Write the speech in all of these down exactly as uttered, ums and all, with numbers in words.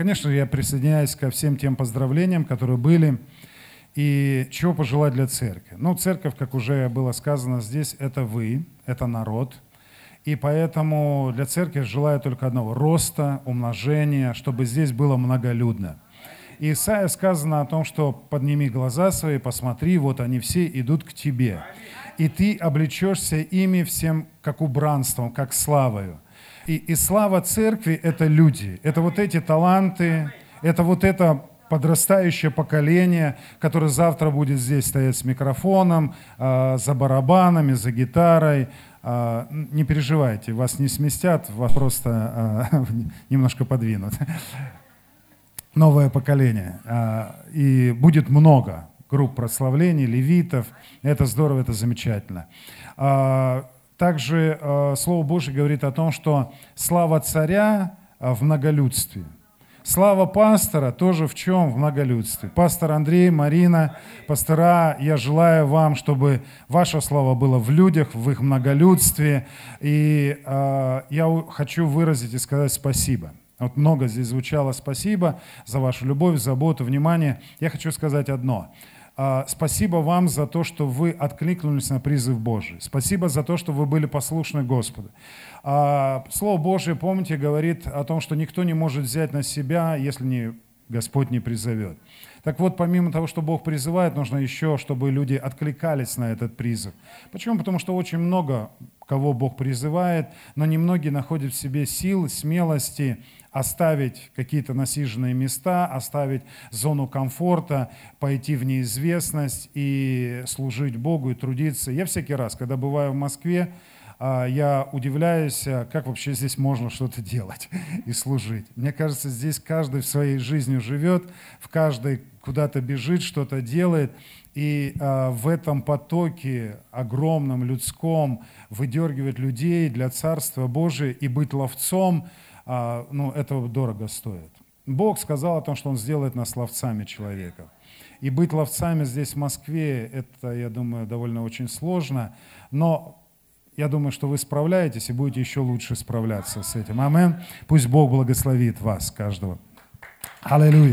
конечно, я присоединяюсь ко всем тем поздравлениям, которые были. И чего пожелать для церкви? Ну, церковь, как уже было сказано здесь, это вы, это народ. И поэтому для церкви желаю только одного – роста, умножения, чтобы здесь было многолюдно. И Исаия сказано о том, что подними глаза свои, посмотри, вот они все идут к тебе. И ты облечешься ими всем как убранством, как славою. И, и слава церкви – это люди, это вот эти таланты, это вот это подрастающее поколение, которое завтра будет здесь стоять с микрофоном, э, за барабанами, за гитарой. Э, не переживайте, вас не сместят, вас просто э, немножко подвинут. Новое поколение. Э, и будет много групп прославлений, левитов. Это здорово, это замечательно. Э, также э, Слово Божье говорит о том, что слава царя э, в многолюдстве. Слава пастора тоже в чем? В многолюдстве. Пастор Андрей, Марина, пастора, я желаю вам, чтобы ваша слава была в людях, в их многолюдстве. И э, я хочу выразить и сказать спасибо. Вот много здесь звучало спасибо за вашу любовь, заботу, внимание. Я хочу сказать одно. Uh, спасибо вам за то, что вы откликнулись на призыв Божий. Спасибо за то, что вы были послушны Господу. Uh, Слово Божие, помните, говорит о том, что никто не может взять на себя, если не, Господь не призовет. Так вот, помимо того, что Бог призывает, нужно еще, чтобы люди откликались на этот призыв. Почему? Потому что очень много кого Бог призывает, но немногие находят в себе сил, смелости оставить какие-то насиженные места, оставить зону комфорта, пойти в неизвестность и служить Богу и трудиться. Я всякий раз, когда бываю в Москве, я удивляюсь, как вообще здесь можно что-то делать и служить. Мне кажется, здесь каждый в своей жизни живет, в каждой куда-то бежит, что-то делает. И э, в этом потоке огромном, людском, выдергивать людей для Царства Божия и быть ловцом, э, ну, этого дорого стоит. Бог сказал о том, что Он сделает нас ловцами человека. И быть ловцами здесь, в Москве, это, я думаю, довольно очень сложно. Но я думаю, что вы справляетесь и будете еще лучше справляться с этим. Аминь. Пусть Бог благословит вас, каждого. Аллилуйя.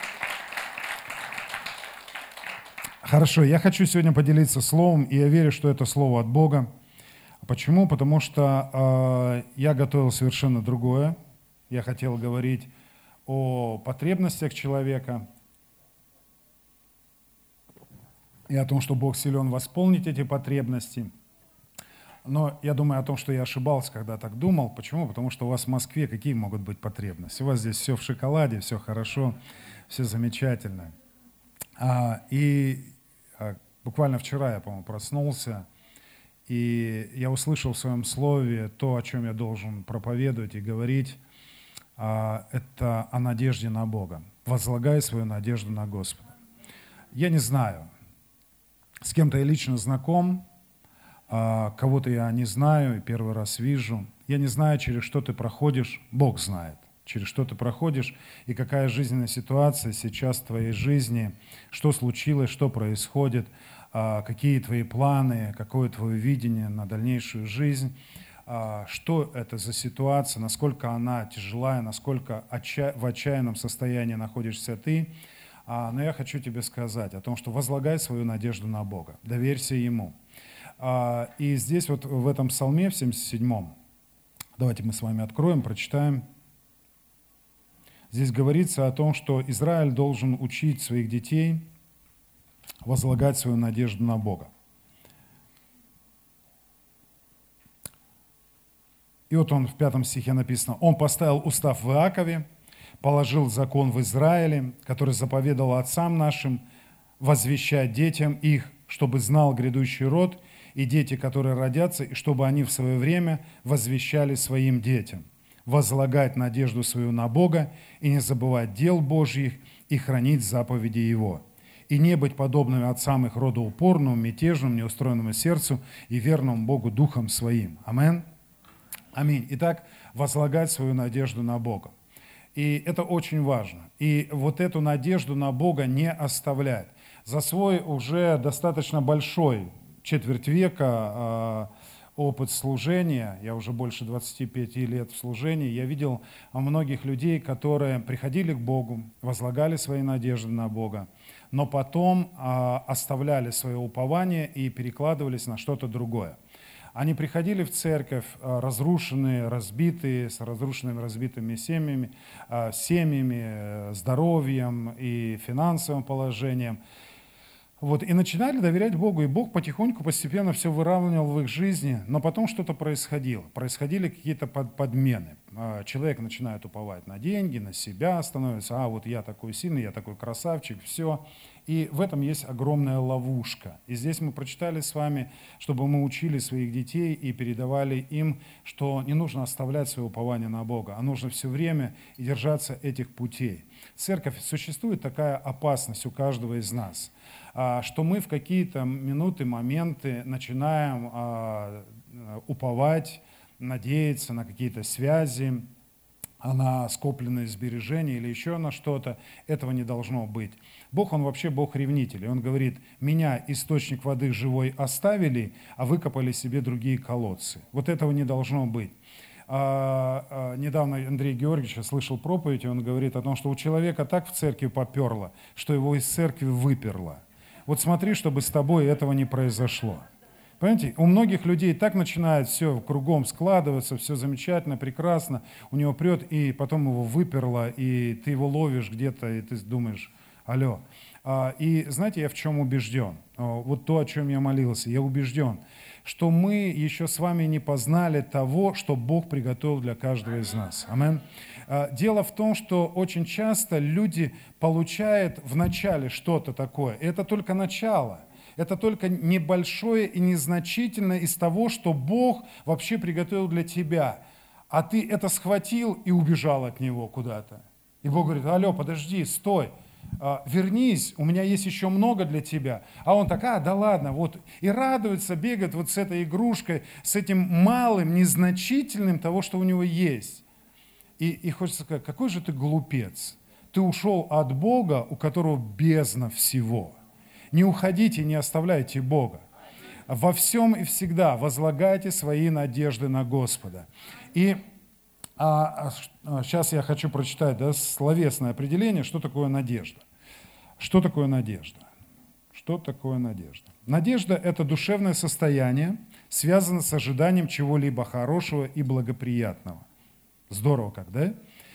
Хорошо, я хочу сегодня поделиться словом, и я верю, что это слово от Бога. Почему? Потому что э, я готовил совершенно другое. Я хотел говорить о потребностях человека и о том, что Бог силен восполнить эти потребности. Но я думаю о том, что я ошибался, когда так думал. Почему? Потому что у вас в Москве какие могут быть потребности? У вас здесь все в шоколаде, все хорошо, все замечательно. А, и а, буквально вчера я, по-моему, проснулся, и я услышал в своем слове то, о чем я должен проповедовать и говорить. А, это о надежде на Бога. Возлагай свою надежду на Господа. Я не знаю, с кем-то я лично знаком, а, кого-то я не знаю и первый раз вижу. Я не знаю, через что ты проходишь, Бог знает. Через что ты проходишь и какая жизненная ситуация сейчас в твоей жизни, что случилось, что происходит, какие твои планы, какое твое видение на дальнейшую жизнь, что это за ситуация, насколько она тяжелая, насколько в отчаянном состоянии находишься ты. Но я хочу тебе сказать о том, что возлагай свою надежду на Бога, доверься Ему. И здесь вот в этом псалме, в семьдесят седьмом, давайте мы с вами откроем, прочитаем. Здесь говорится о том, что Израиль должен учить своих детей возлагать свою надежду на Бога. И вот он в пятом стихе написано: «Он поставил устав в Иакове, положил закон в Израиле, который заповедал отцам нашим возвещать детям их, чтобы знал грядущий род, и дети, которые родятся, и чтобы они в свое время возвещали своим детям. Возлагать надежду свою на Бога и не забывать дел Божьих и хранить заповеди Его. И не быть подобными отцам их рода упорному, мятежному, неустроенному сердцу и верному Богу духом своим». Аминь. Аминь. Итак, возлагать свою надежду на Бога. И это очень важно. И вот эту надежду на Бога не оставлять. За свой уже достаточно большой четверть века опыт служения, я уже больше двадцати пяти лет в служении, я видел многих людей, которые приходили к Богу, возлагали свои надежды на Бога, но потом а, оставляли свое упование и перекладывались на что-то другое. Они приходили в церковь разрушенные, разбитые, с разрушенными, разбитыми семьями, семьями, здоровьем и финансовым положением. Вот, и начинали доверять Богу, и Бог потихоньку, постепенно все выравнивал в их жизни, но потом что-то происходило, происходили какие-то под, подмены. Человек начинает уповать на деньги, на себя, становится, а вот я такой сильный, я такой красавчик, все. И в этом есть огромная ловушка. И здесь мы прочитали с вами, чтобы мы учили своих детей и передавали им, что не нужно оставлять свое упование на Бога, а нужно все время и держаться этих путей. Церковь, существует такая опасность у каждого из нас, что мы в какие-то минуты, моменты начинаем уповать, надеяться на какие-то связи, на скопленные сбережения или еще на что-то. Этого не должно быть. Бог, Он вообще Бог-ревнитель. Он говорит, меня, источник воды живой, оставили, а выкопали себе другие колодцы. Вот этого не должно быть. А, а, недавно Андрей Георгиевич слышал проповедь, и он говорит о том, что у человека так в церкви поперло, что его из церкви выперло. Вот смотри, чтобы с тобой этого не произошло. Понимаете, у многих людей так начинает все кругом складываться, все замечательно, прекрасно, у него прет, и потом его выперло, и ты его ловишь где-то, и ты думаешь, алло. И знаете, я в чем убежден? Вот то, о чем я молился, я убежден, что мы еще с вами не познали того, что Бог приготовил для каждого из нас. Амин. Дело в том, что очень часто люди получают в начале что-то такое. Это только начало. Это только небольшое и незначительное из того, что Бог вообще приготовил для тебя. А ты это схватил и убежал от Него куда-то. И Бог говорит, алло, подожди, стой, вернись, у меня есть еще много для тебя. А он так, а, да ладно, вот. И радуется, бегает вот с этой игрушкой, с этим малым, незначительным того, что у него есть. И, и хочется сказать, какой же ты глупец. Ты ушел от Бога, у которого бездна всего. Не уходите, не оставляйте Бога. Во всем и всегда возлагайте свои надежды на Господа. И а, а, сейчас я хочу прочитать да, словесное определение, что такое надежда. Что такое надежда? Что такое надежда? Надежда – это душевное состояние, связанное с ожиданием чего-либо хорошего и благоприятного. Здорово как, да?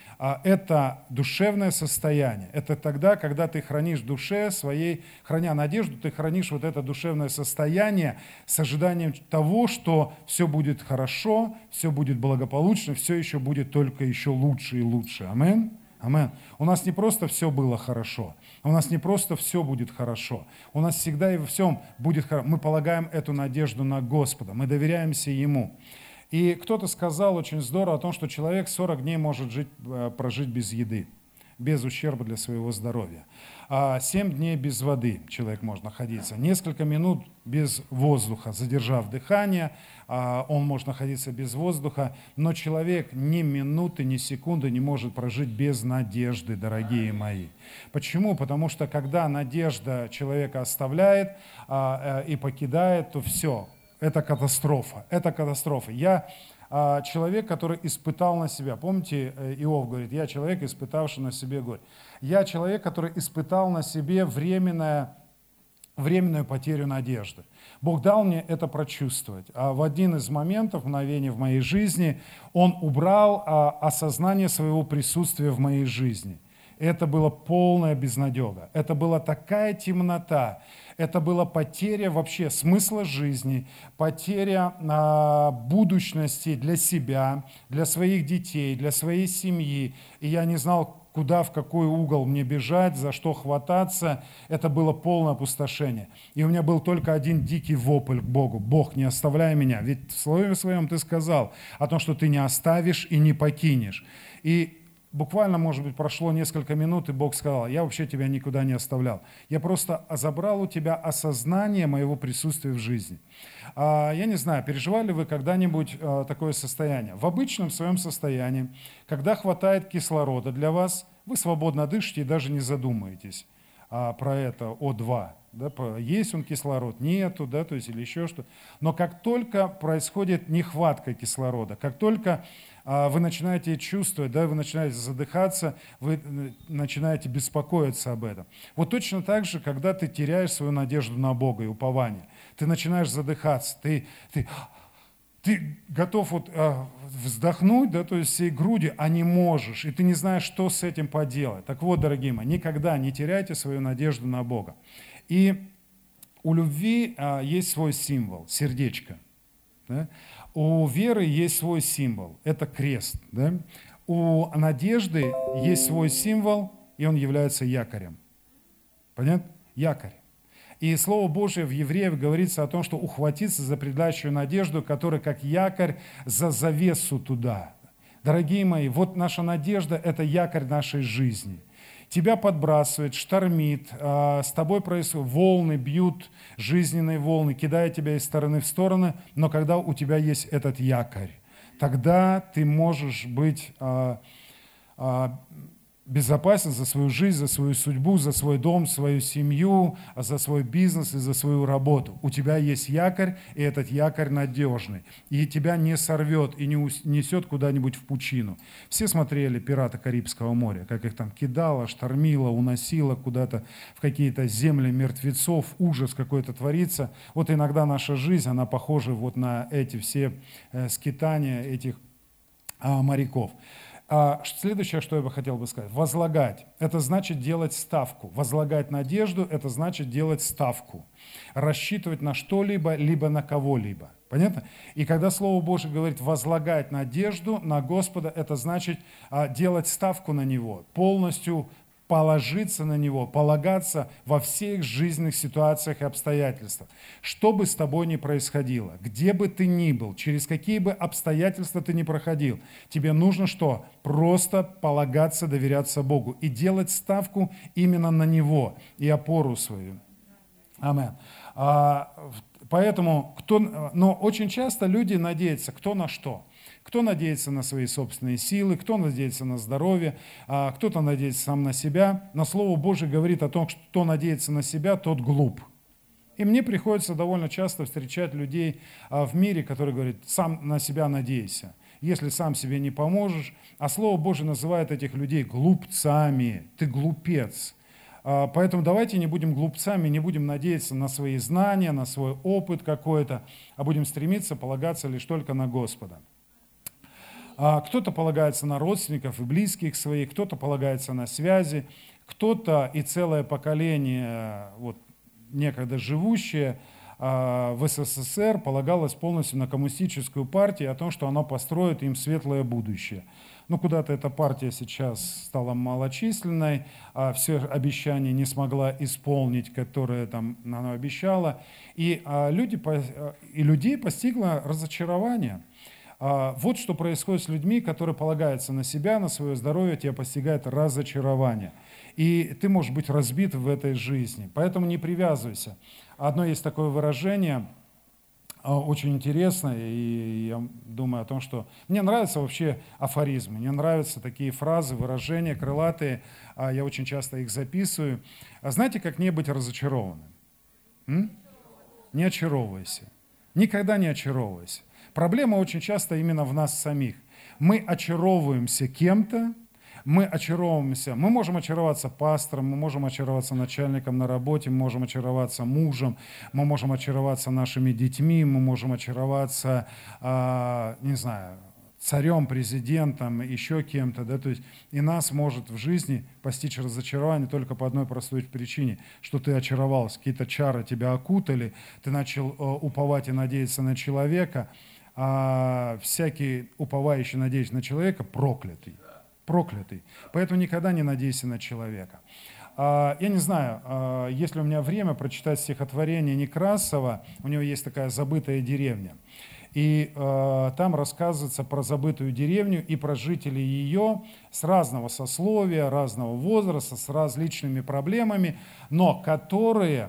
Это душевное состояние. Это тогда, когда ты хранишь в душе своей, храня надежду, ты хранишь вот это душевное состояние с ожиданием того, что все будет хорошо, все будет благополучно, все еще будет только еще лучше и лучше. Амин? Амин. У нас не просто все было хорошо, у нас не просто все будет хорошо, у нас всегда и во всем будет хорошо. Мы полагаем эту надежду на Господа, мы доверяемся Ему. И кто-то сказал очень здорово о том, что человек сорок дней может жить, прожить без еды, без ущерба для своего здоровья. А семь дней без воды человек может находиться. Несколько минут без воздуха, задержав дыхание, он может находиться без воздуха. Но человек ни минуты, ни секунды не может прожить без надежды, дорогие мои. Почему? Потому что когда надежда человека оставляет и покидает, то все. Это катастрофа, это катастрофа. Я а, человек, который испытал на себя, помните, Иов говорит, я человек, испытавший на себе горе. Я человек, который испытал на себе временное, временную потерю надежды. Бог дал мне это прочувствовать. А в один из моментов, мгновений в моей жизни, Он убрал а, осознание своего присутствия в моей жизни. Это была полная безнадега, это была такая темнота, это была потеря вообще смысла жизни, потеря а, будущности для себя, для своих детей, для своей семьи. И я не знал, куда, в какой угол мне бежать, за что хвататься. Это было полное опустошение. И у меня был только один дикий вопль к Богу. Бог, не оставляй меня. Ведь в слове своем ты сказал о том, что ты не оставишь и не покинешь. И буквально, может быть, прошло несколько минут, и Бог сказал, я вообще тебя никуда не оставлял. Я просто забрал у тебя осознание моего присутствия в жизни. А, я не знаю, переживали вы когда-нибудь а, такое состояние? В обычном своем состоянии, когда хватает кислорода для вас, вы свободно дышите и даже не задумаетесь а, про это О два. да, есть он кислород, нету, да, то есть или еще что. Но как только происходит нехватка кислорода, как только а, вы начинаете чувствовать, да, вы начинаете задыхаться, вы начинаете беспокоиться об этом. Вот точно так же, когда ты теряешь свою надежду на Бога и упование, ты начинаешь задыхаться, ты, ты, ты готов вот, а, вздохнуть, да, то есть всей грудью, а не можешь, и ты не знаешь, что с этим поделать. Так вот, дорогие мои, никогда не теряйте свою надежду на Бога. И у любви а, есть свой символ, сердечко. Да? У веры есть свой символ, это крест. Да? У надежды есть свой символ, и он является якорем. Понятно? Якорь. И Слово Божие в Евреев говорится о том, что ухватиться за предлащую надежду, которая как якорь за завесу туда. Дорогие мои, вот наша надежда – это якорь нашей жизни. Тебя подбрасывает, штормит, а, с тобой происходят волны, бьют жизненные волны, кидая тебя из стороны в сторону, но когда у тебя есть этот якорь, тогда ты можешь быть а, а, безопасен за свою жизнь, за свою судьбу, за свой дом, свою семью, за свой бизнес и за свою работу. У тебя есть якорь, и этот якорь надежный. И тебя не сорвет и не унесет куда-нибудь в пучину. Все смотрели «Пираты Карибского моря», как их там кидало, штормило, уносило куда-то в какие-то земли мертвецов, ужас какой-то творится. Вот иногда наша жизнь, она похожа вот на эти все э, скитания этих а, моряков. А следующее, что я бы хотел бы сказать. Возлагать – это значит делать ставку. Возлагать надежду – это значит делать ставку. Рассчитывать на что-либо, либо на кого-либо. Понятно? И когда Слово Божие говорит «возлагать надежду на Господа», это значит а, делать ставку на Него, полностью положиться на Него, полагаться во всех жизненных ситуациях и обстоятельствах. Что бы с тобой ни происходило, где бы ты ни был, через какие бы обстоятельства ты ни проходил, тебе нужно что? Просто полагаться, доверяться Богу и делать ставку именно на Него и опору свою. Аминь. А, поэтому, кто, но очень часто люди надеются кто на что. Кто надеется на свои собственные силы, кто надеется на здоровье, а кто-то надеется сам на себя. Но Слово Божие говорит о том, что кто надеется на себя, тот глуп. И мне приходится довольно часто встречать людей в мире, которые говорят, сам на себя надейся. Если сам себе не поможешь, а Слово Божие называет этих людей глупцами. Ты глупец. Поэтому давайте не будем глупцами, не будем надеяться на свои знания, на свой опыт какой-то, а будем стремиться полагаться лишь только на Господа. Кто-то полагается на родственников и близких своих, кто-то полагается на связи, кто-то и целое поколение, вот, некогда живущее в СССР, полагалось полностью на коммунистическую партию, о том, что она построит им светлое будущее. Ну, куда-то эта партия сейчас стала малочисленной, а все обещания не смогла исполнить, которые там она обещала, и, а, люди, и людей постигло разочарование. Вот что происходит с людьми, которые полагаются на себя, на свое здоровье, тебя постигает разочарование. И ты можешь быть разбит в этой жизни. Поэтому не привязывайся. Одно есть такое выражение, очень интересное, и я думаю о том, что... Мне нравятся вообще афоризмы, мне нравятся такие фразы, выражения крылатые, я очень часто их записываю. А знаете, как не быть разочарованным? М? Не очаровывайся. Никогда не очаровывайся. Проблема очень часто именно в нас самих. Мы очаровываемся кем-то, мы очаровываемся, мы можем очароваться пастором, мы можем очароваться начальником на работе, мы можем очароваться мужем, мы можем очароваться нашими детьми, мы можем очароваться, э, не знаю, царем, президентом, еще кем-то, да, то есть и нас может в жизни постичь разочарование только по одной простой причине, что ты очаровался, какие-то чары тебя окутали, ты начал э, уповать и надеяться на человека, а всякий уповающий, надеясь на человека, проклятый. Проклятый. Поэтому никогда не надейся на человека. А, я не знаю, а, есть ли у меня время прочитать стихотворение Некрасова. У него есть такая «Забытая деревня». И а, там рассказывается про забытую деревню и про жителей ее с разного сословия, разного возраста, с различными проблемами, но которые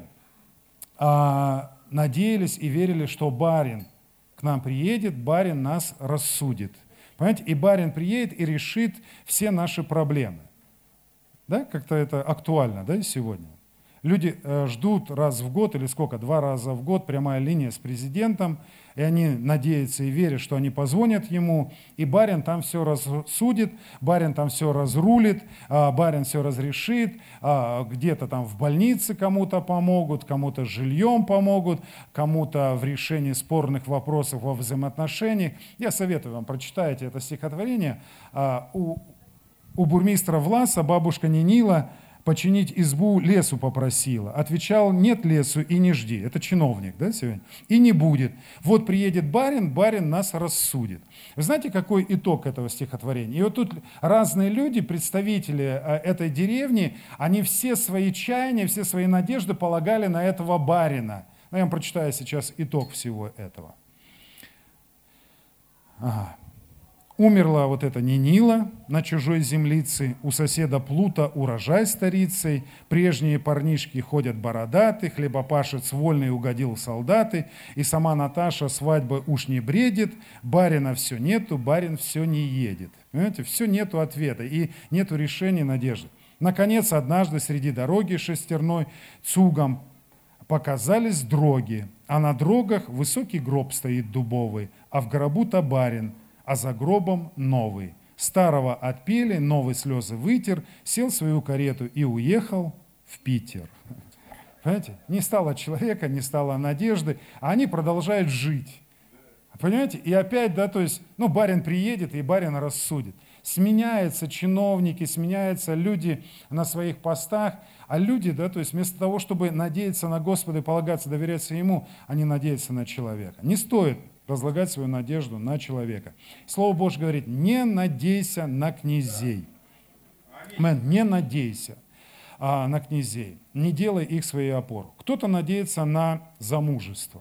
а, надеялись и верили, что барин к нам приедет, барин нас рассудит. Понимаете? И барин приедет и решит все наши проблемы. Да? Как-то это актуально, да, сегодня? Люди э, ждут раз в год или сколько, два раза в год прямая линия с президентом, и они надеются и верят, что они позвонят ему, и барин там все рассудит, барин там все разрулит, а, барин все разрешит, а, где-то там в больнице кому-то помогут, кому-то жильем помогут, кому-то в решении спорных вопросов во взаимоотношениях. Я советую вам, прочитайте это стихотворение. А, у, у бурмистра Власа бабушка Нинила починить избу лесу попросила. Отвечал: нет лесу и не жди. Это чиновник, да, сегодня? И не будет. Вот приедет барин, барин нас рассудит. Вы знаете, какой итог этого стихотворения? И вот тут разные люди, представители этой деревни, они все свои чаяния, все свои надежды полагали на этого барина. Ну, я вам прочитаю сейчас итог всего этого. Ага. Умерла вот эта Нинила на чужой землице, у соседа Плута урожай старицей, прежние парнишки ходят бородаты, хлебопашец вольный угодил в солдаты, и сама Наташа свадьбы уж не бредит, барина все нету, барин все не едет. Понимаете, все нету ответа и нету решения, надежды. Наконец, однажды среди дороги шестерной цугом показались дроги, а на дрогах высокий гроб стоит дубовый, а в гробу-то барин, а за гробом новый. Старого отпели, новые слезы вытер, сел в свою карету и уехал в Питер. Понимаете? Не стало человека, не стало надежды, а они продолжают жить. Понимаете? И опять, да, то есть, ну, барин приедет, и барин рассудит. Сменяются чиновники, сменяются люди на своих постах, а люди, да, то есть вместо того, чтобы надеяться на Господа и полагаться, доверяться Ему, они надеются на человека. Не стоит возлагать свою надежду на человека. Слово Божье говорит: не надейся на князей. Амин. Не надейся а, на князей. Не делай их своей опорой. Кто-то надеется на замужество.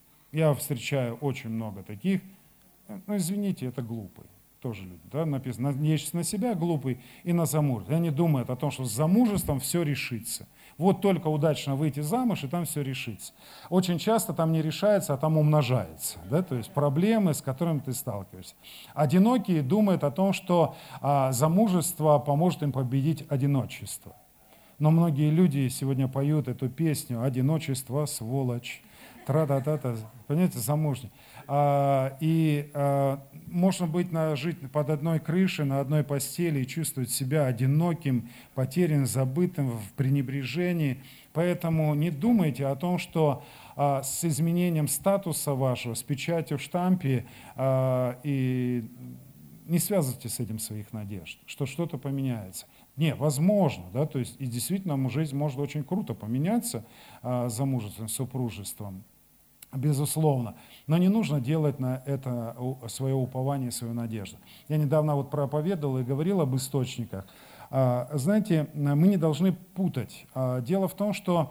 Я встречаю очень много таких. Ну, извините, это глупые тоже люди. Да? Написано: надеешься на себя, глупый, и на замужество. И они думают о том, что с замужеством все решится. Вот только удачно выйти замуж, и там все решится. Очень часто там не решается, а там умножается. Да? То есть проблемы, с которыми ты сталкиваешься. Одинокие думают о том, что а, замужество поможет им победить одиночество. Но многие люди сегодня поют эту песню: «Одиночество, сволочь». Тра-та-та-та, понимаете, замужний. А, и а, можно быть на, жить под одной крышей, на одной постели и чувствовать себя одиноким, потерянным, забытым, в пренебрежении. Поэтому не думайте о том, что а, с изменением статуса вашего, с печатью в штампе, а, и не связывайте с этим своих надежд, что что-то поменяется. Не, возможно, да, то есть и действительно жизнь может очень круто поменяться а, замужеством, супружеством. Безусловно. Но не нужно делать на это свое упование, свою надежду. Я недавно вот проповедовал и говорил об источниках. Знаете, мы не должны путать. Дело в том, что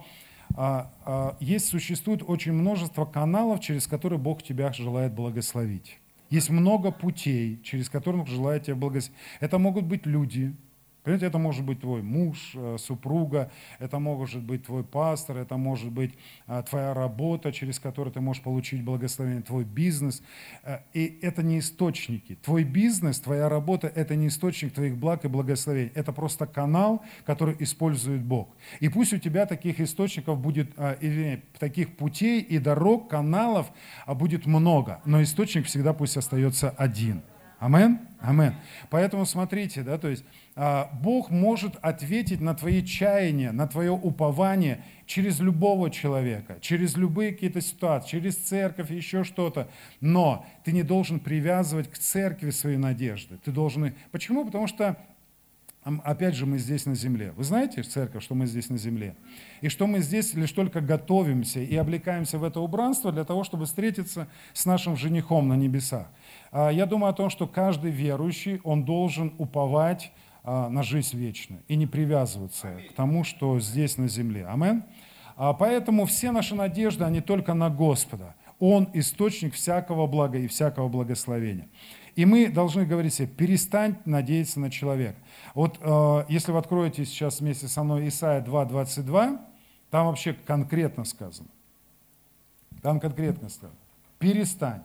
есть, существует очень множество каналов, через которые Бог тебя желает благословить. Есть много путей, через которые Он желает тебя благословить. Это могут быть люди. Понимаете, это может быть твой муж, супруга, это может быть твой пастор, это может быть твоя работа, через которую ты можешь получить благословение, твой бизнес. И это не источники. Твой бизнес, твоя работа – это не источник твоих благ и благословений. Это просто канал, который использует Бог. И пусть у тебя таких источников будет, или таких путей и дорог, каналов будет много, но источник всегда пусть остается один. Амен? Амен. Поэтому смотрите, да, то есть а, Бог может ответить на твои чаяния, на твое упование через любого человека, через любые какие-то ситуации, через церковь, еще что-то. Но ты не должен привязывать к церкви свои надежды. Ты должен... Почему? Потому что, опять же, мы здесь на земле. Вы знаете, церковь, что мы здесь на земле? И что мы здесь лишь только готовимся и облекаемся в это убранство для того, чтобы встретиться с нашим женихом на небесах. Я думаю о том, что каждый верующий, он должен уповать на жизнь вечную и не привязываться к тому, что здесь на земле. Амин. Поэтому все наши надежды, они только на Господа. Он источник всякого блага и всякого благословения. И мы должны говорить себе: перестань надеяться на человека. Вот если вы откроете сейчас вместе со мной Исайя два двадцать два, там вообще конкретно сказано. Там конкретно сказано: перестань.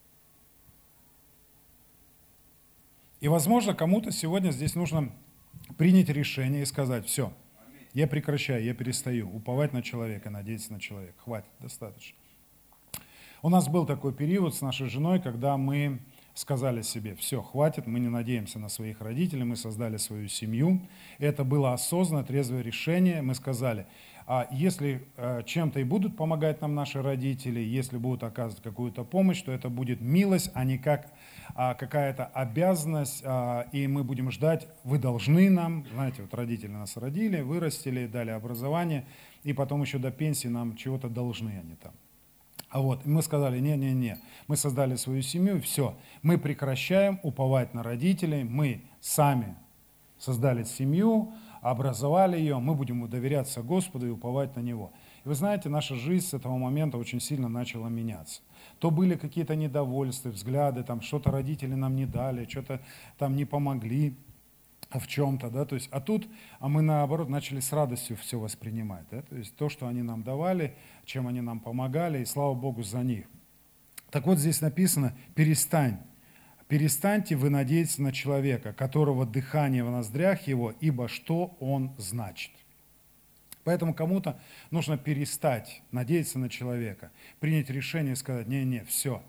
И, возможно, кому-то сегодня здесь нужно принять решение и сказать: все, я прекращаю, я перестаю уповать на человека, надеяться на человека. Хватит, достаточно. У нас был такой период с нашей женой, когда мы сказали себе: все, хватит, мы не надеемся на своих родителей, мы создали свою семью. Это было осознанное, трезвое решение. Мы сказали: а если э, чем-то и будут помогать нам наши родители, если будут оказывать какую-то помощь, то это будет милость, а не как а, какая-то обязанность, а, и мы будем ждать: вы должны нам. Знаете, вот родители нас родили, вырастили, дали образование, и потом еще до пенсии нам чего-то должны они там. А вот, и мы сказали: не-не-не, мы создали свою семью, все, мы прекращаем уповать на родителей, мы сами создали семью, образовали ее, мы будем доверяться Господу и уповать на Него. И вы знаете, наша жизнь с этого момента очень сильно начала меняться. То были какие-то недовольства, взгляды, там что-то родители нам не дали, что-то там не помогли в чем-то, да, то есть, а тут, а мы наоборот начали с радостью все воспринимать, да, то есть то, что они нам давали, чем они нам помогали, и слава Богу за них. Так вот здесь написано: перестань, перестаньте вы надеяться на человека, которого дыхание в ноздрях его, ибо что он значит. Поэтому кому-то нужно перестать надеяться на человека, принять решение и сказать: не-не, все.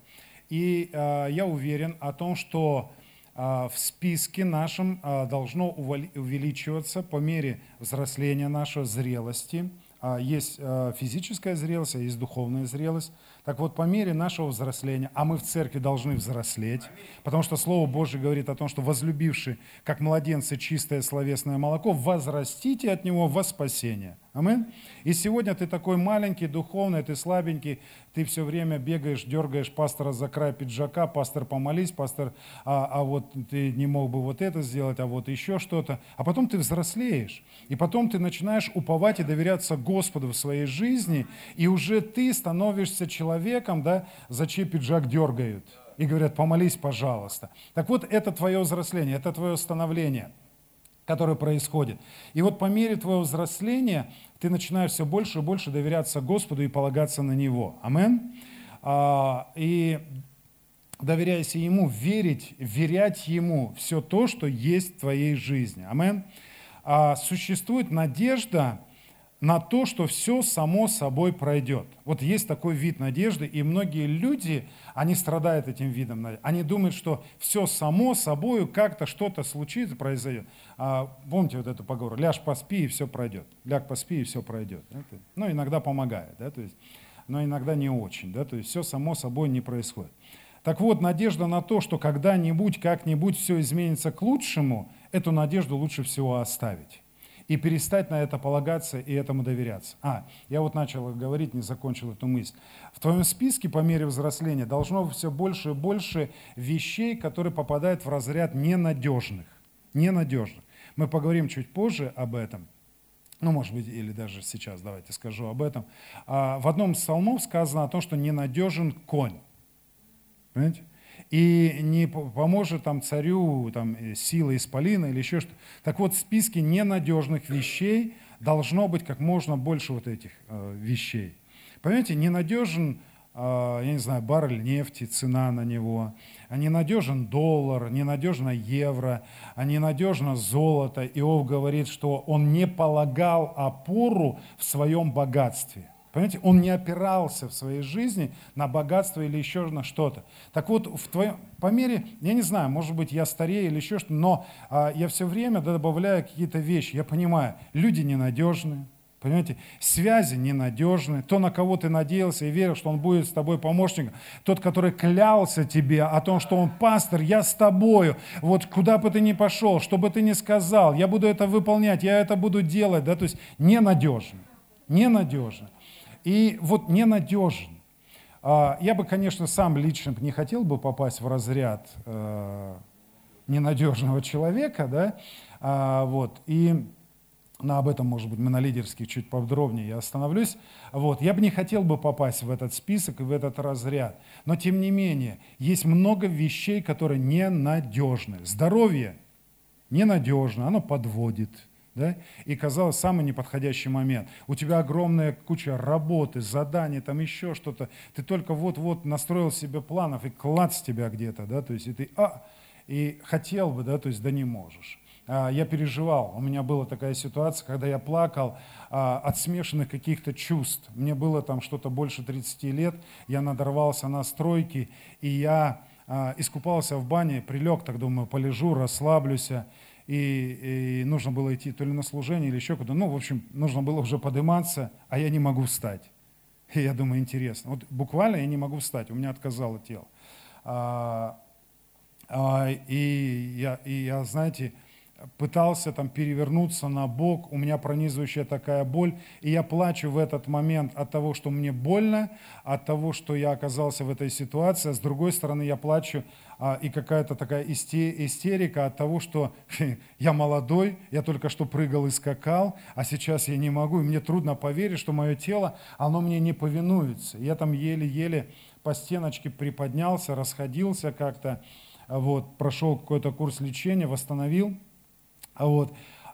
И э, я уверен о том, что в списке нашем должно увеличиваться по мере взросления нашей зрелости. Есть физическая зрелость, а есть духовная зрелость. Так вот, по мере нашего взросления, а мы в церкви должны взрослеть, потому что Слово Божие говорит о том, что возлюбивший, как младенцы, чистое словесное молоко, возрастите от него во спасение. Аминь. И сегодня ты такой маленький, духовный, ты слабенький, ты все время бегаешь, дергаешь пастора за край пиджака: пастор, помолись, пастор, а, а вот ты не мог бы вот это сделать, а вот еще что-то. А потом ты взрослеешь, и потом ты начинаешь уповать и доверяться Господу в своей жизни, и уже ты становишься человеком, да, за чей пиджак дергают, и говорят: помолись, пожалуйста. Так вот, это твое взросление, это твое становление, которое происходит. И вот по мере твоего взросления ты начинаешь все больше и больше доверяться Господу и полагаться на Него. Амин. И доверяйся Ему, верить, верять Ему все то, что есть в твоей жизни. Амин. Существует надежда на то, что все само собой пройдет. Вот есть такой вид надежды, и многие люди, они страдают этим видом. Они думают, что все само собой, как-то что-то случится, произойдет. А, помните вот эту поговорку: ляжь, поспи, и все пройдет. Ляг, поспи, и все пройдет. Это, ну, иногда помогает, да, то есть, но иногда не очень. Да, то есть все само собой не происходит. Так вот, надежда на то, что когда-нибудь, как-нибудь все изменится к лучшему, эту надежду лучше всего оставить. И перестать на это полагаться и этому доверяться. А, я вот начал говорить, не закончил эту мысль. В твоем списке по мере взросления должно быть все больше и больше вещей, которые попадают в разряд ненадежных. Ненадежных. Мы поговорим чуть позже об этом. Ну, может быть, или даже сейчас, давайте скажу об этом. А, в одном из псалмов сказано о том, что ненадежен конь. Понимаете? И не поможет там царю там, сила исполина или еще что-то. Так вот, в списке ненадежных вещей должно быть как можно больше вот этих э, вещей. Понимаете, ненадежен, э, я не знаю, баррель нефти, цена на него, а ненадежен доллар, ненадежно евро, а ненадежно золото. Иов говорит, что он не полагал опору в своем богатстве. Понимаете, он не опирался в своей жизни на богатство или еще на что-то. Так вот, в твоем, по мере, я не знаю, может быть, я старею или еще что-то, но а, я все время добавляю какие-то вещи. Я понимаю, люди ненадежные, понимаете, связи ненадежные. То, на кого ты надеялся и верил, что он будет с тобой помощником, тот, который клялся тебе о том, что он пастор, я с тобою, вот куда бы ты ни пошел, что бы ты ни сказал, я буду это выполнять, я это буду делать, да, то есть ненадежно, ненадежно. И вот ненадежен. Я бы, конечно, сам лично не хотел бы попасть в разряд э, ненадежного человека, да, а, вот, и ну, об этом, может быть, мы на лидерских чуть подробнее я остановлюсь. Вот, я бы не хотел бы попасть в этот список и в этот разряд, но, тем не менее, есть много вещей, которые ненадежны. Здоровье ненадежно, оно подводит. Да? И казалось, самый неподходящий момент. У тебя огромная куча работы, заданий, там еще что-то. Ты только вот-вот настроил себе планов, и клац тебя где-то, да, то есть и ты, а, и хотел бы, да, то есть да не можешь. а, я переживал. У меня была такая ситуация, когда я плакал а, от смешанных каких-то чувств. Мне было там что-то больше тридцати лет, я надорвался на стройке, и я а, искупался в бане, прилег, так думаю, полежу, расслаблюсь. И, и нужно было идти то ли на служение, или еще куда-то. Ну, в общем, нужно было уже подниматься, а я не могу встать. И я думаю, интересно. Вот буквально я не могу встать, у меня отказало тело. А, а, и, я, и я, знаете, пытался там перевернуться на бок, у меня пронизывающая такая боль, и я плачу в этот момент от того, что мне больно, от того, что я оказался в этой ситуации, а с другой стороны я плачу, а, и какая-то такая истерика от того, что я молодой, я только что прыгал и скакал, а сейчас я не могу, и мне трудно поверить, что мое тело, оно мне не повинуется. Я там еле-еле по стеночке приподнялся, расходился как-то, вот, прошел какой-то курс лечения, восстановил. Вот.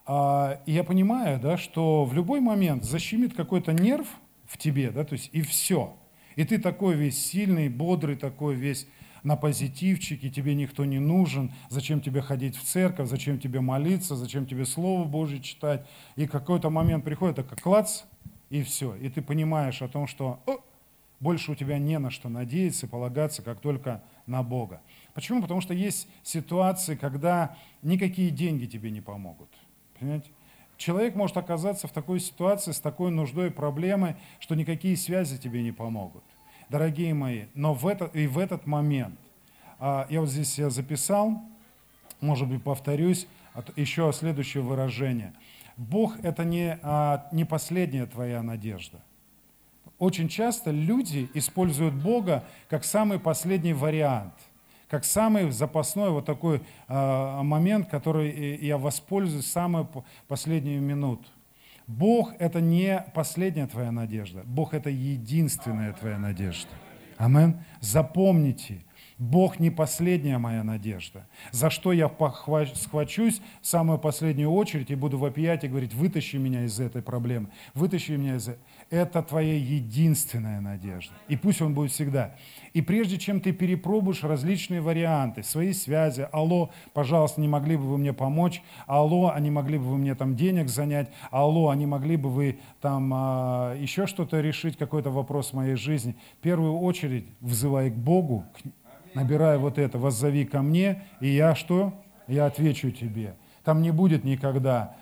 И я понимаю, да, что в любой момент защемит какой-то нерв в тебе, да, то есть и все. И ты такой весь сильный, бодрый, такой весь на позитивчике, тебе никто не нужен, зачем тебе ходить в церковь, зачем тебе молиться, зачем тебе Слово Божье читать. И какой-то момент приходит, так как клац, и все. И ты понимаешь о том, что о, больше у тебя не на что надеяться и полагаться, как только на Бога. Почему? Потому что есть ситуации, когда никакие деньги тебе не помогут. Понимаете? Человек может оказаться в такой ситуации, с такой нуждой и проблемой, что никакие связи тебе не помогут. Дорогие мои, но в этот, и в этот момент, а, я вот здесь я записал, может быть, повторюсь, еще следующее выражение. Бог – это не, а, не последняя твоя надежда. Очень часто люди используют Бога как самый последний вариант, как самый запасной вот такой э, момент, который я воспользуюсь в самую последнюю минуту. Бог – это не последняя твоя надежда, Бог – это единственная твоя надежда. Амин. Запомните, Бог не последняя моя надежда. За что я схвачусь в самую последнюю очередь и буду вопиять и говорить, вытащи меня из этой проблемы, вытащи меня из этой. Это твоя единственная надежда. И пусть он будет всегда. И прежде чем ты перепробуешь различные варианты, свои связи, алло, пожалуйста, не могли бы вы мне помочь, алло, а не могли бы вы мне там денег занять, алло, а не могли бы вы там а, еще что-то решить, какой-то вопрос в моей жизни. В первую очередь взывай к Богу, набирай вот это, воззови ко мне, и я что? Я отвечу тебе. Там не будет никогда,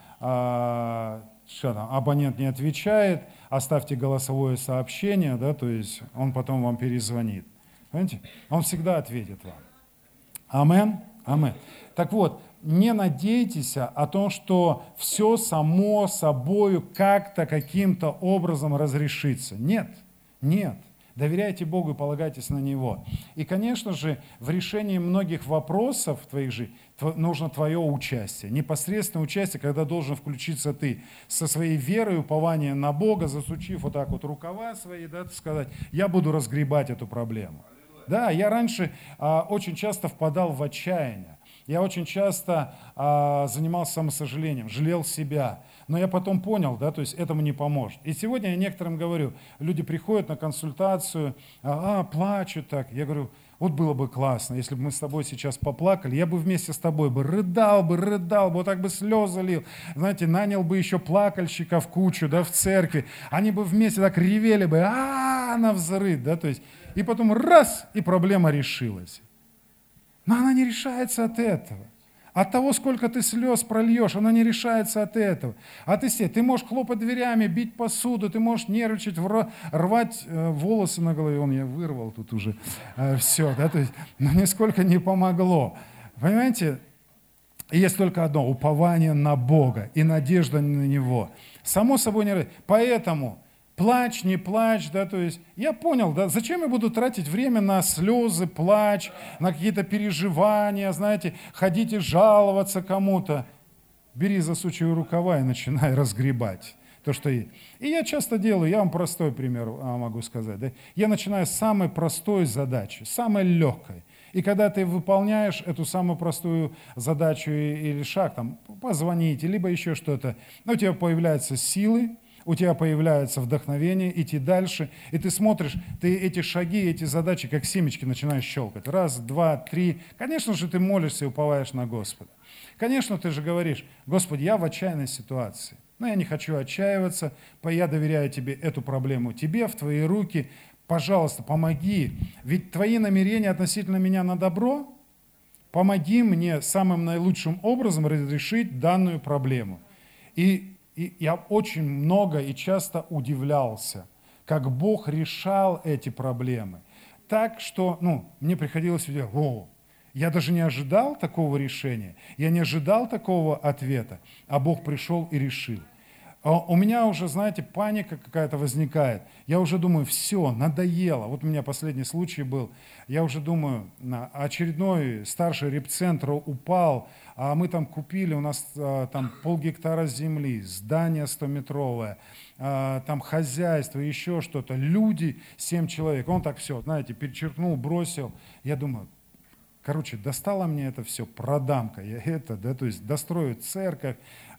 а, что там, абонент не отвечает, оставьте голосовое сообщение, да, то есть он потом вам перезвонит. Понимаете? Он всегда ответит вам. Амен? Амен. Так вот, не надейтесь о том, что все само собою как-то, каким-то образом разрешится. Нет, нет. Доверяйте Богу и полагайтесь на Него. И, конечно же, в решении многих вопросов в твоих жизни нужно твое участие, непосредственное участие, когда должен включиться ты со своей верой и упованием на Бога, засучив вот так вот рукава свои, да, сказать, я буду разгребать эту проблему. Да, я раньше а, очень часто впадал в отчаяние. Я очень часто а, занимался самосожалением, жалел себя. Но я потом понял, да, то есть этому не поможет. И сегодня я некоторым говорю, люди приходят на консультацию, а, а плачут так. Я говорю, вот было бы классно, если бы мы с тобой сейчас поплакали, я бы вместе с тобой бы рыдал бы, рыдал бы, вот так бы слезы лил. Знаете, нанял бы еще плакальщиков кучу, да, в церкви. Они бы вместе так ревели бы, а навзрыд, да, то есть. И потом раз, и проблема решилась. Но она не решается от этого. От того, сколько ты слез прольешь, она не решается от этого. А ты себе, ты можешь хлопать дверями, бить посуду, ты можешь нервничать, рвать волосы на голове. Он я вырвал тут уже все, да, то есть, но нисколько не помогло. Понимаете? Есть только одно – упование на Бога и надежда на Него. Само собой не... Поэтому... Плачь, не плачь, да, то есть я понял, да, зачем я буду тратить время на слезы, плач, на какие-то переживания, знаете, ходить и жаловаться кому-то. Бери засучивай рукава и начинай разгребать то, что есть. И я часто делаю, я вам простой пример могу сказать, да, я начинаю с самой простой задачи, самой легкой. И когда ты выполняешь эту самую простую задачу или шаг, там, позвонить, либо еще что-то, у тебя появляются силы, у тебя появляется вдохновение идти дальше, и ты смотришь, ты эти шаги, эти задачи, как семечки начинаешь щелкать. Раз, два, три. Конечно же, ты молишься и уповаешь на Господа. Конечно, ты же говоришь: Господи, я в отчаянной ситуации, но я не хочу отчаиваться, я доверяю Тебе эту проблему, Тебе, в Твои руки, пожалуйста, помоги. Ведь Твои намерения относительно меня на добро, помоги мне самым наилучшим образом разрешить данную проблему. И И я очень много и часто удивлялся, как Бог решал эти проблемы. Так что, ну, мне приходилось видеть: о, я даже не ожидал такого решения, я не ожидал такого ответа, а Бог пришел и решил. А у меня уже, знаете, паника какая-то возникает. Я уже думаю: все, надоело. Вот у меня последний случай был. Я уже думаю, очередной старший репцентр упал, а мы там купили, у нас там полгектара земли, здание стометровое, там хозяйство, еще что-то, люди, семь человек. Он так все, знаете, перечеркнул, бросил. Я думаю, короче, достало мне это все, продам-ка я это, да, то есть дострою церковь,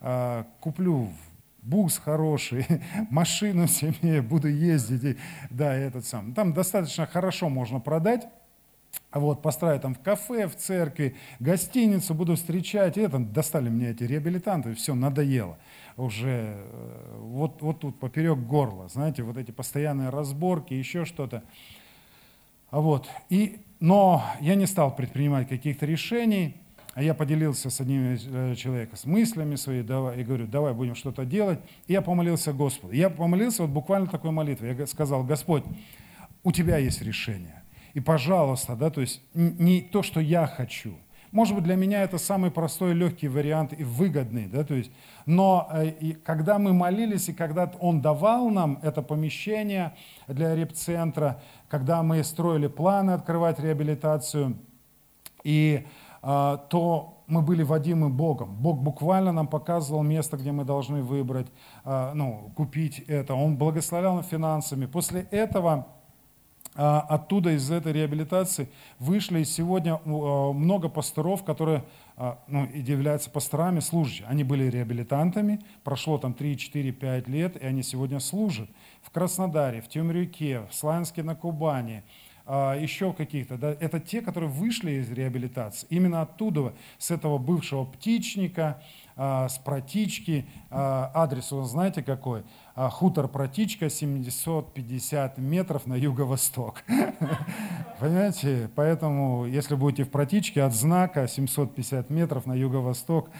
куплю бус хороший, машину себе, буду ездить, и, да, этот сам. Там достаточно хорошо можно продать. Вот, построить там в кафе, в церкви, гостиницу, буду встречать. И это достали мне эти реабилитанты, все, надоело. Уже вот, вот тут поперек горла, знаете, вот эти постоянные разборки, еще что-то. Вот. И, но я не стал предпринимать каких-то решений. Я поделился с одним человеком с мыслями своими, давай, и говорю: давай будем что-то делать. И я помолился Господу. Я помолился вот буквально такой молитвой. Я сказал: Господь, у Тебя есть решение. И, пожалуйста, да, то есть не то, что я хочу. Может быть, для меня это самый простой, легкий вариант и выгодный, да, то есть, но э, и когда мы молились, и когда Он давал нам это помещение для репцентра, когда мы строили планы открывать реабилитацию, и э, то мы были водимы Богом. Бог буквально нам показывал место, где мы должны выбрать, э, ну, купить это. Он благословлял нам финансами. После этого оттуда, из этой реабилитации, вышли сегодня много пасторов, которые, ну, являются пасторами, служащие. Они были реабилитантами, прошло там три, четыре, пять лет, и они сегодня служат в Краснодаре, в Темрюке, в Славянске на Кубани, еще каких-то. Да, это те, которые вышли из реабилитации. Именно оттуда, с этого бывшего птичника, с Протички, адрес, вы знаете какой? Хутор Протичка, семьсот пятьдесят метров на юго-восток. Понимаете? Поэтому, если будете в Протичке, от знака семьсот пятьдесят метров на юго-восток,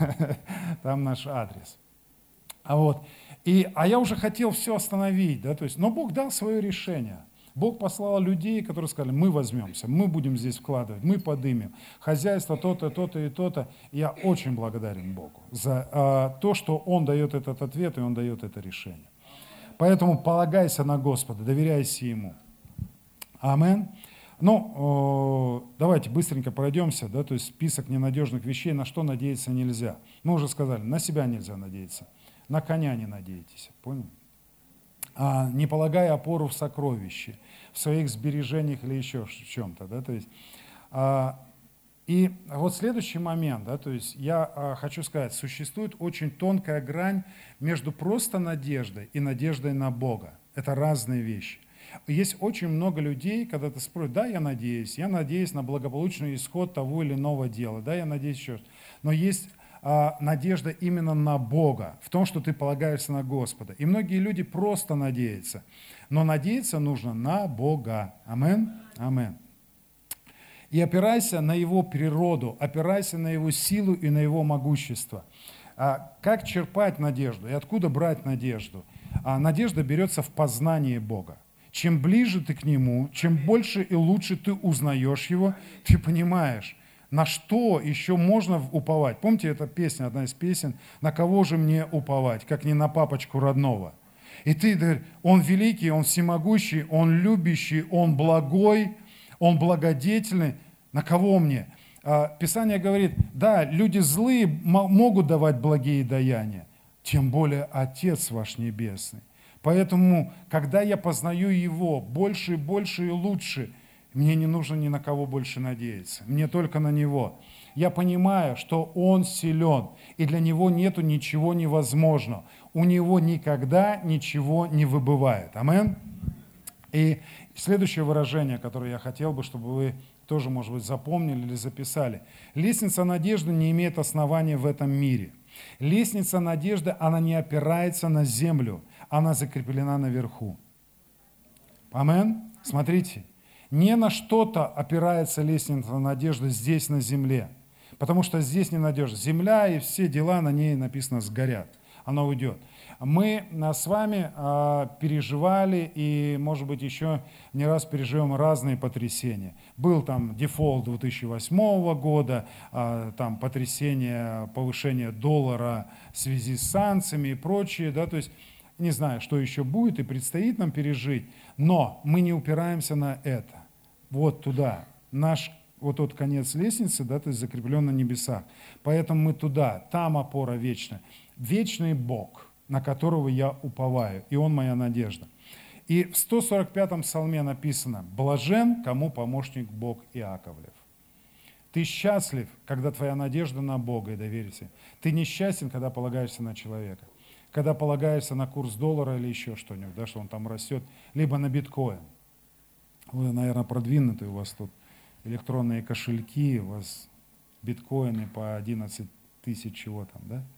там наш адрес. А, вот. И, а я уже хотел все остановить, да, то есть, но Бог дал свое решение. Бог послал людей, которые сказали: мы возьмемся, мы будем здесь вкладывать, мы подымем. Хозяйство то-то, то-то и то-то. И я очень благодарен Богу за а, то, что Он дает этот ответ, и Он дает это решение. Поэтому полагайся на Господа, доверяйся Ему. Амин. Ну, о, давайте быстренько пройдемся, да, то есть список ненадежных вещей, на что надеяться нельзя. Мы уже сказали, на себя нельзя надеяться, на коня не надейтесь, понял? А, не полагая опору в сокровище, в своих сбережениях или еще в чем-то, да, то есть, а, и вот следующий момент, да, то есть я а, хочу сказать, существует очень тонкая грань между просто надеждой и надеждой на Бога. Это разные вещи. Есть очень много людей, когда ты спрашиваешь: да, я надеюсь, я надеюсь на благополучный исход того или иного дела, да, я надеюсь еще, но есть а, надежда именно на Бога, в том, что ты полагаешься на Господа. И многие люди просто надеются, но надеяться нужно на Бога. Амин? Амин. И опирайся на Его природу, опирайся на Его силу и на Его могущество. А, как черпать надежду и откуда брать надежду? А, надежда берется в познании Бога. Чем ближе ты к Нему, чем больше и лучше ты узнаешь Его, ты понимаешь, на что еще можно уповать. Помните, эта песня, одна из песен: «На кого же мне уповать, как не на папочку родного?» И ты говоришь: Он великий, Он всемогущий, Он любящий, Он благой, Он благодетельный. На кого мне? Писание говорит: да, люди злые могут давать благие даяния, тем более Отец ваш Небесный. Поэтому, когда я познаю Его больше и больше и лучше, Мне не нужно ни на кого больше надеяться, мне только на Него. Я понимаю, что Он силен, и для Него нету ничего невозможного. У Него никогда ничего не выбывает. Амин. И следующее выражение, которое я хотел бы, чтобы вы тоже, может быть, запомнили или записали. Лестница надежды не имеет основания в этом мире. Лестница надежды, она не опирается на землю, она закреплена наверху. Амин. Смотрите, не на что-то опирается лестница надежды здесь на земле, потому что здесь ненадежно. Земля и все дела на ней, написано, сгорят. Она уйдет. Мы с вами а, переживали и, может быть, еще не раз переживем разные потрясения. Был там дефолт две тысячи восьмого года, а, там потрясение, повышение доллара в связи с санкциями и прочее, да, то есть не знаю, что еще будет и предстоит нам пережить, но мы не упираемся на это. Вот туда, наш вот тот конец лестницы, да, то есть закреплен на небесах. Поэтому мы туда, там опора вечная. Вечный Бог, на которого я уповаю, и Он моя надежда. И в сто сорок пятом псалме написано: «Блажен, кому помощник Бог Иаковлев». Ты счастлив, когда твоя надежда на Бога и доверься. Ты несчастен, когда полагаешься на человека. Когда полагаешься на курс доллара или еще что-нибудь, да, что он там растет, либо на биткоин. Вы, наверное, продвинутые, у вас тут электронные кошельки, у вас биткоины по одиннадцать тысяч чего там, да?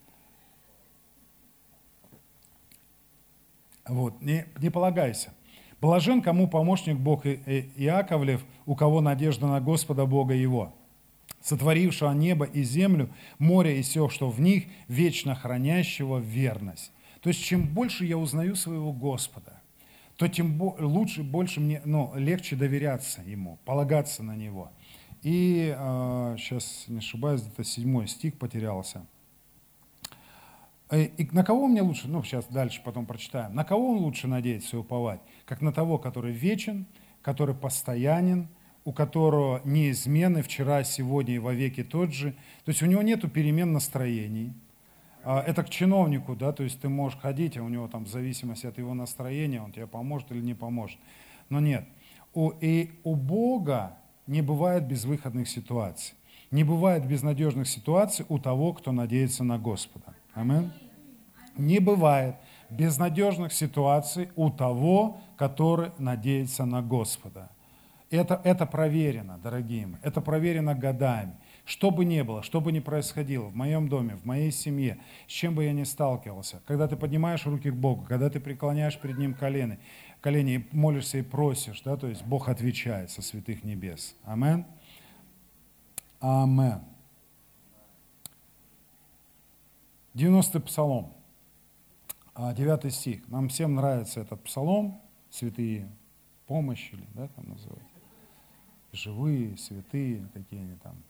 Вот, не, не полагайся. Блажен, кому помощник Бог Иаковлев, у кого надежда на Господа Бога его, сотворившего небо и землю, море и все, что в них, вечно хранящего верность. То есть, чем больше я узнаю своего Господа, то тем лучше, больше мне, ну, легче доверяться Ему, полагаться на Него. И э, сейчас, не ошибаюсь, где-то седьмой стих потерялся. И на кого мне лучше, ну сейчас дальше потом прочитаем, на кого он лучше надеяться и уповать? Как на того, который вечен, который постоянен, у которого неизменный вчера, сегодня и вовеки тот же. То есть у него нету перемен настроений. Это к чиновнику, да, то есть ты можешь ходить, а у него там в зависимости от его настроения, он тебе поможет или не поможет. Но нет. У, и у Бога не бывает безвыходных ситуаций. Не бывает безнадежных ситуаций у того, кто надеется на Господа. Амин. Не бывает безнадежных ситуаций у того, который надеется на Господа. Это, это проверено, дорогие мои, это проверено годами. Что бы ни было, что бы ни происходило в моем доме, в моей семье, с чем бы я ни сталкивался, когда ты поднимаешь руки к Богу, когда ты преклоняешь перед Ним колени, колени и молишься и просишь, да, то есть Бог отвечает со святых небес. Амин. Амин. девяностый псалом, девятый стих. Нам всем нравится этот псалом, святые помощи, или, да, там называют. Живые, святые, какие они там.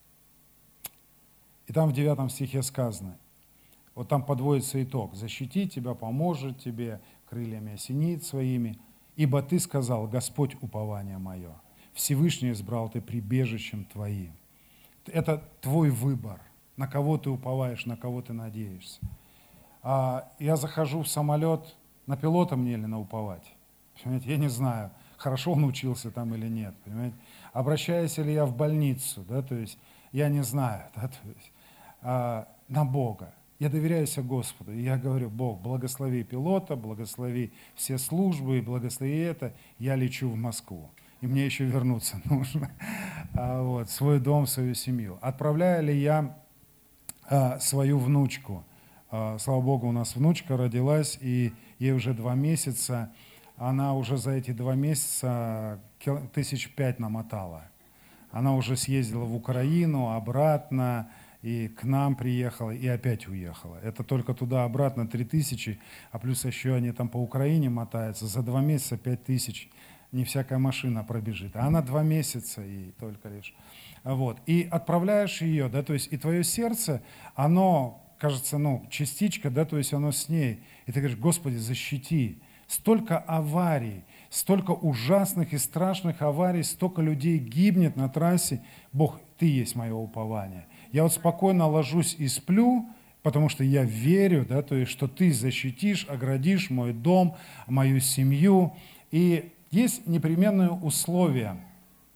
И там в девятом стихе сказано, вот там подводится итог: «Защитит тебя, поможет тебе, крыльями осенит своими, ибо ты сказал: Господь упование мое, Всевышний избрал ты прибежищем твоим». Это твой выбор, на кого ты уповаешь, на кого ты надеешься. А я захожу в самолет, на пилота мне или на уповать? Понимаете, я не знаю, хорошо он учился там или нет. Понимаете? Обращаюсь ли я в больницу, да, то есть я не знаю, да, то есть а, на Бога. Я доверяюсь Господу, и я говорю: Бог, благослови пилота, благослови все службы, благослови это, я лечу в Москву. И мне еще вернуться нужно, а, вот, в свой дом, в свою семью. Отправляю ли я а, свою внучку? А, слава Богу, у нас внучка родилась, и ей уже два месяца. Она уже за эти два месяца тысяч пять намотала. Она уже съездила в Украину, обратно, и к нам приехала, и опять уехала. Это только туда-обратно три тысячи, а плюс еще они там по Украине мотаются. За два месяца пять тысяч. Не всякая машина пробежит. А она два месяца и только лишь. Вот. И отправляешь ее, да, то есть и твое сердце, оно, кажется, ну, частичка, да, то есть оно с ней. И ты говоришь: Господи, защити. Столько аварий, столько ужасных и страшных аварий, столько людей гибнет на трассе. Бог, Ты есть мое упование. Я вот спокойно ложусь и сплю, потому что я верю, да, то есть, что Ты защитишь, оградишь мой дом, мою семью. И есть непременные условия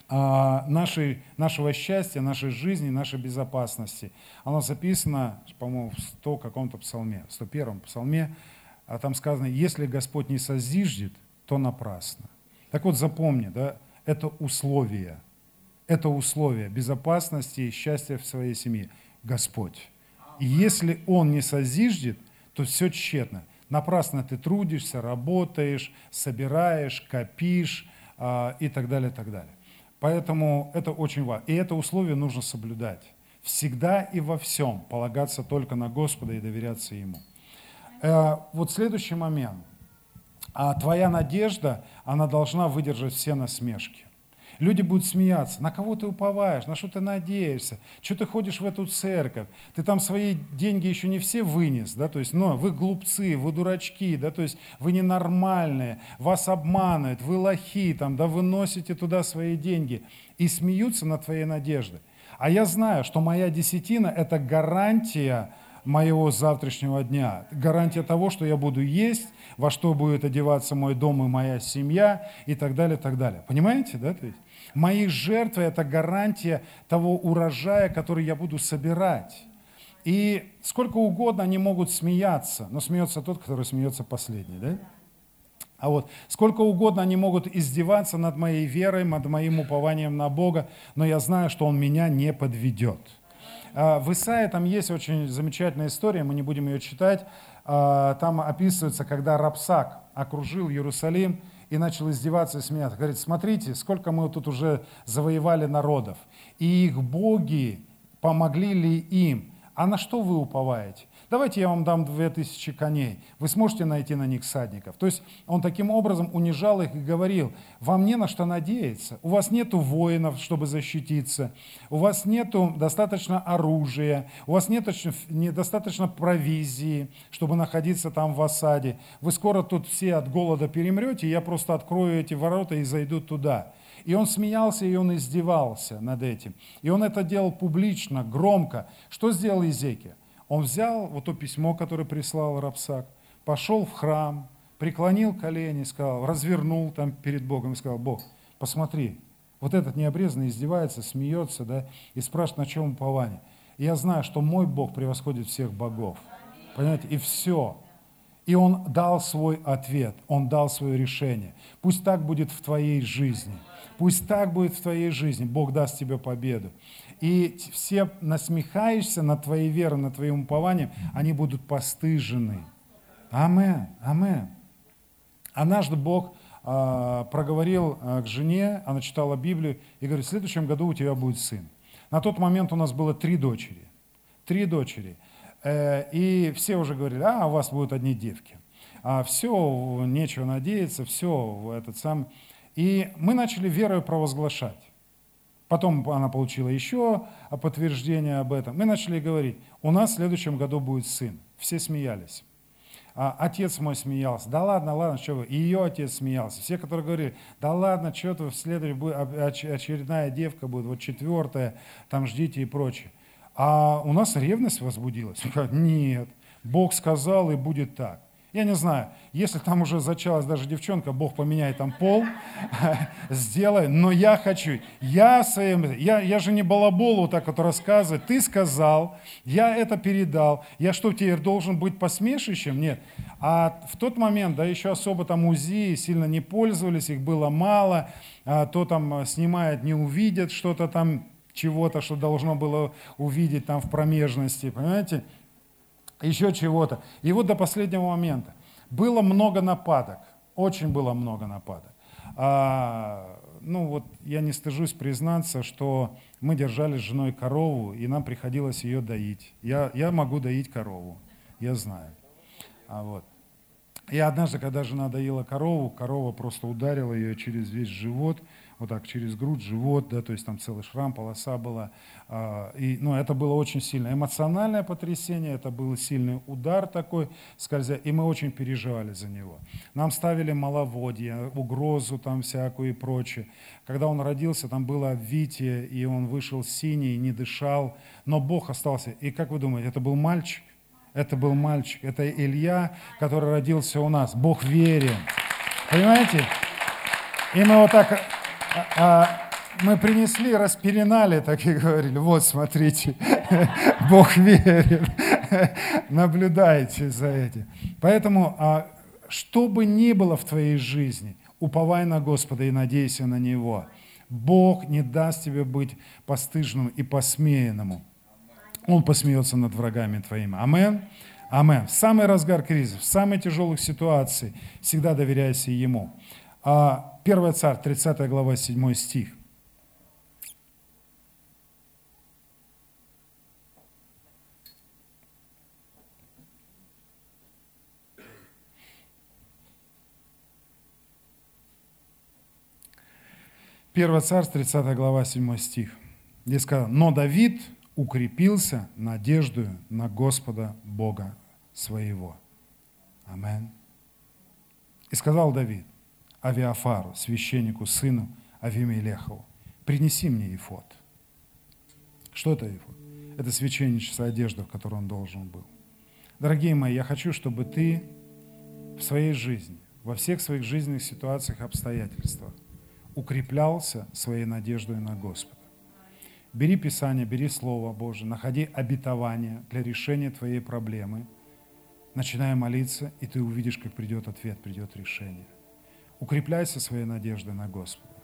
а, нашей, нашего счастья, нашей жизни, нашей безопасности. Оно записано, по-моему, в сто каком-то псалме, в сто первом псалме, а там сказано: если Господь не созиждет, то напрасно. Так вот, запомни, да, это условие, это условие безопасности и счастья в своей семье. Господь. И если Он не созиждет, то все тщетно. Напрасно ты трудишься, работаешь, собираешь, копишь а, и так далее, и так далее. Поэтому это очень важно. И это условие нужно соблюдать. Всегда и во всем полагаться только на Господа и доверяться Ему. Э, вот следующий момент. А твоя надежда, она должна выдержать все насмешки. Люди будут смеяться. На кого ты уповаешь? На что ты надеешься? Что ты ходишь в эту церковь? Ты там свои деньги еще не все вынес, да? То есть, ну, вы глупцы, вы дурачки, да? То есть, вы ненормальные, вас обманывают, вы лохи, там, да? Вы носите туда свои деньги и смеются над твоей надеждой. А я знаю, что моя десятина – это гарантия моего завтрашнего дня, гарантия того, что я буду есть, во что будет одеваться мой дом и моя семья и так далее, и так далее. Понимаете, да? То есть мои жертвы – это гарантия того урожая, который я буду собирать. И сколько угодно они могут смеяться, но смеется тот, который смеется последний, да? А вот сколько угодно они могут издеваться над моей верой, над моим упованием на Бога, но я знаю, что Он меня не подведет. В Исаии там есть очень замечательная история, мы не будем ее читать. Там описывается, когда Рапсак окружил Иерусалим и начал издеваться и смеяться. Говорит: смотрите, сколько мы тут уже завоевали народов, и их боги помогли ли им? А на что вы уповаете? Давайте я вам дам две тысячи коней, вы сможете найти на них всадников. То есть он таким образом унижал их и говорил: вам не на что надеяться, у вас нету воинов, чтобы защититься, у вас нету достаточно оружия, у вас нет недостаточно провизии, чтобы находиться там в осаде. Вы скоро тут все от голода перемрете, я просто открою эти ворота и зайду туда. И он смеялся, и он издевался над этим. И он это делал публично, громко. Что сделал Иезекия? Он взял вот то письмо, которое прислал Рапсак, пошел в храм, преклонил колени, сказал, развернул там перед Богом и сказал: Бог, посмотри, вот этот необрезанный издевается, смеется, да, и спрашивает, на чем упование. И я знаю, что мой Бог превосходит всех богов. Понимаете? И все. И он дал свой ответ, он дал свое решение. Пусть так будет в твоей жизни. Пусть так будет в твоей жизни. Бог даст тебе победу. И все насмехаешься над твоей верой, над твоим упованием, они будут постыжены. Амен, амен. Однажды Бог э, проговорил э, к жене, она читала Библию, и говорит: в следующем году у тебя будет сын. На тот момент у нас было три дочери. Три дочери. Э, и все уже говорили: а, у вас будут одни девки. А все, нечего надеяться, все, этот сам. И мы начали верою провозглашать. Потом она получила еще подтверждение об этом. Мы начали говорить: у нас в следующем году будет сын. Все смеялись. А отец мой смеялся. Да ладно, ладно, что вы. И ее отец смеялся. Все, которые говорили: да ладно, что-то в следующем будет очередная девка будет, вот четвертая, там ждите и прочее. А у нас ревность возбудилась. Нет, Бог сказал, и будет так. Я не знаю, если там уже зачалась даже девчонка, Бог поменяет там пол, сделай, но я хочу. Я, своим, я, я же не балабол вот так вот рассказывать. Ты сказал, я это передал. Я что, теперь должен быть посмешищем? Нет. А в тот момент, да, еще особо там УЗИ сильно не пользовались, их было мало. А то там снимает, не увидят что-то там, чего-то, что должно было увидеть там в промежности, понимаете? Еще чего-то. И вот до последнего момента. Было много нападок, очень было много нападок. А, ну вот я не стыжусь признаться, что мы держали с женой корову, и нам приходилось ее доить. Я, я могу доить корову, я знаю. А вот. И однажды, когда жена доила корову, корова просто ударила ее через весь живот, вот так, через грудь, живот, да, то есть там целый шрам, полоса была. А, и, ну, это было очень сильное эмоциональное потрясение, это был сильный удар такой, скользя, и мы очень переживали за него. Нам ставили маловодье, угрозу там всякую и прочее. Когда он родился, там было обвитие, и он вышел синий, не дышал, но Бог остался. И как вы думаете, это был мальчик? Это был мальчик, это Илья, который родился у нас. Бог верен. Понимаете? И мы вот так... А, мы принесли, распеленали, так и говорили, вот смотрите, Бог верит, наблюдайте за этим. Поэтому, а, что бы ни было в твоей жизни, уповай на Господа и надейся на Него. Бог не даст тебе быть постыженным и посмеянному. Он посмеется над врагами твоими. Амен. Амен. В самый разгар кризиса, в самой тяжелых ситуациях всегда доверяйся Ему. первое Царь, тридцатая глава, седьмой стих. первое Царь, тридцатая глава, седьмой стих. Здесь сказано: «Но Давид укрепился надеждою на Господа Бога своего». Амен. «И сказал Давид Авиафару, священнику, сыну Авимелехову: принеси мне эфод». Что это эфод? Это священническая одежда, в которой он должен был. Дорогие мои, я хочу, чтобы ты в своей жизни, во всех своих жизненных ситуациях и обстоятельствах укреплялся своей надеждой на Господа. Бери Писание, бери Слово Божие, находи обетование для решения твоей проблемы, начинай молиться, и ты увидишь, как придет ответ, придет решение. Укрепляйся своей надеждой на Господа.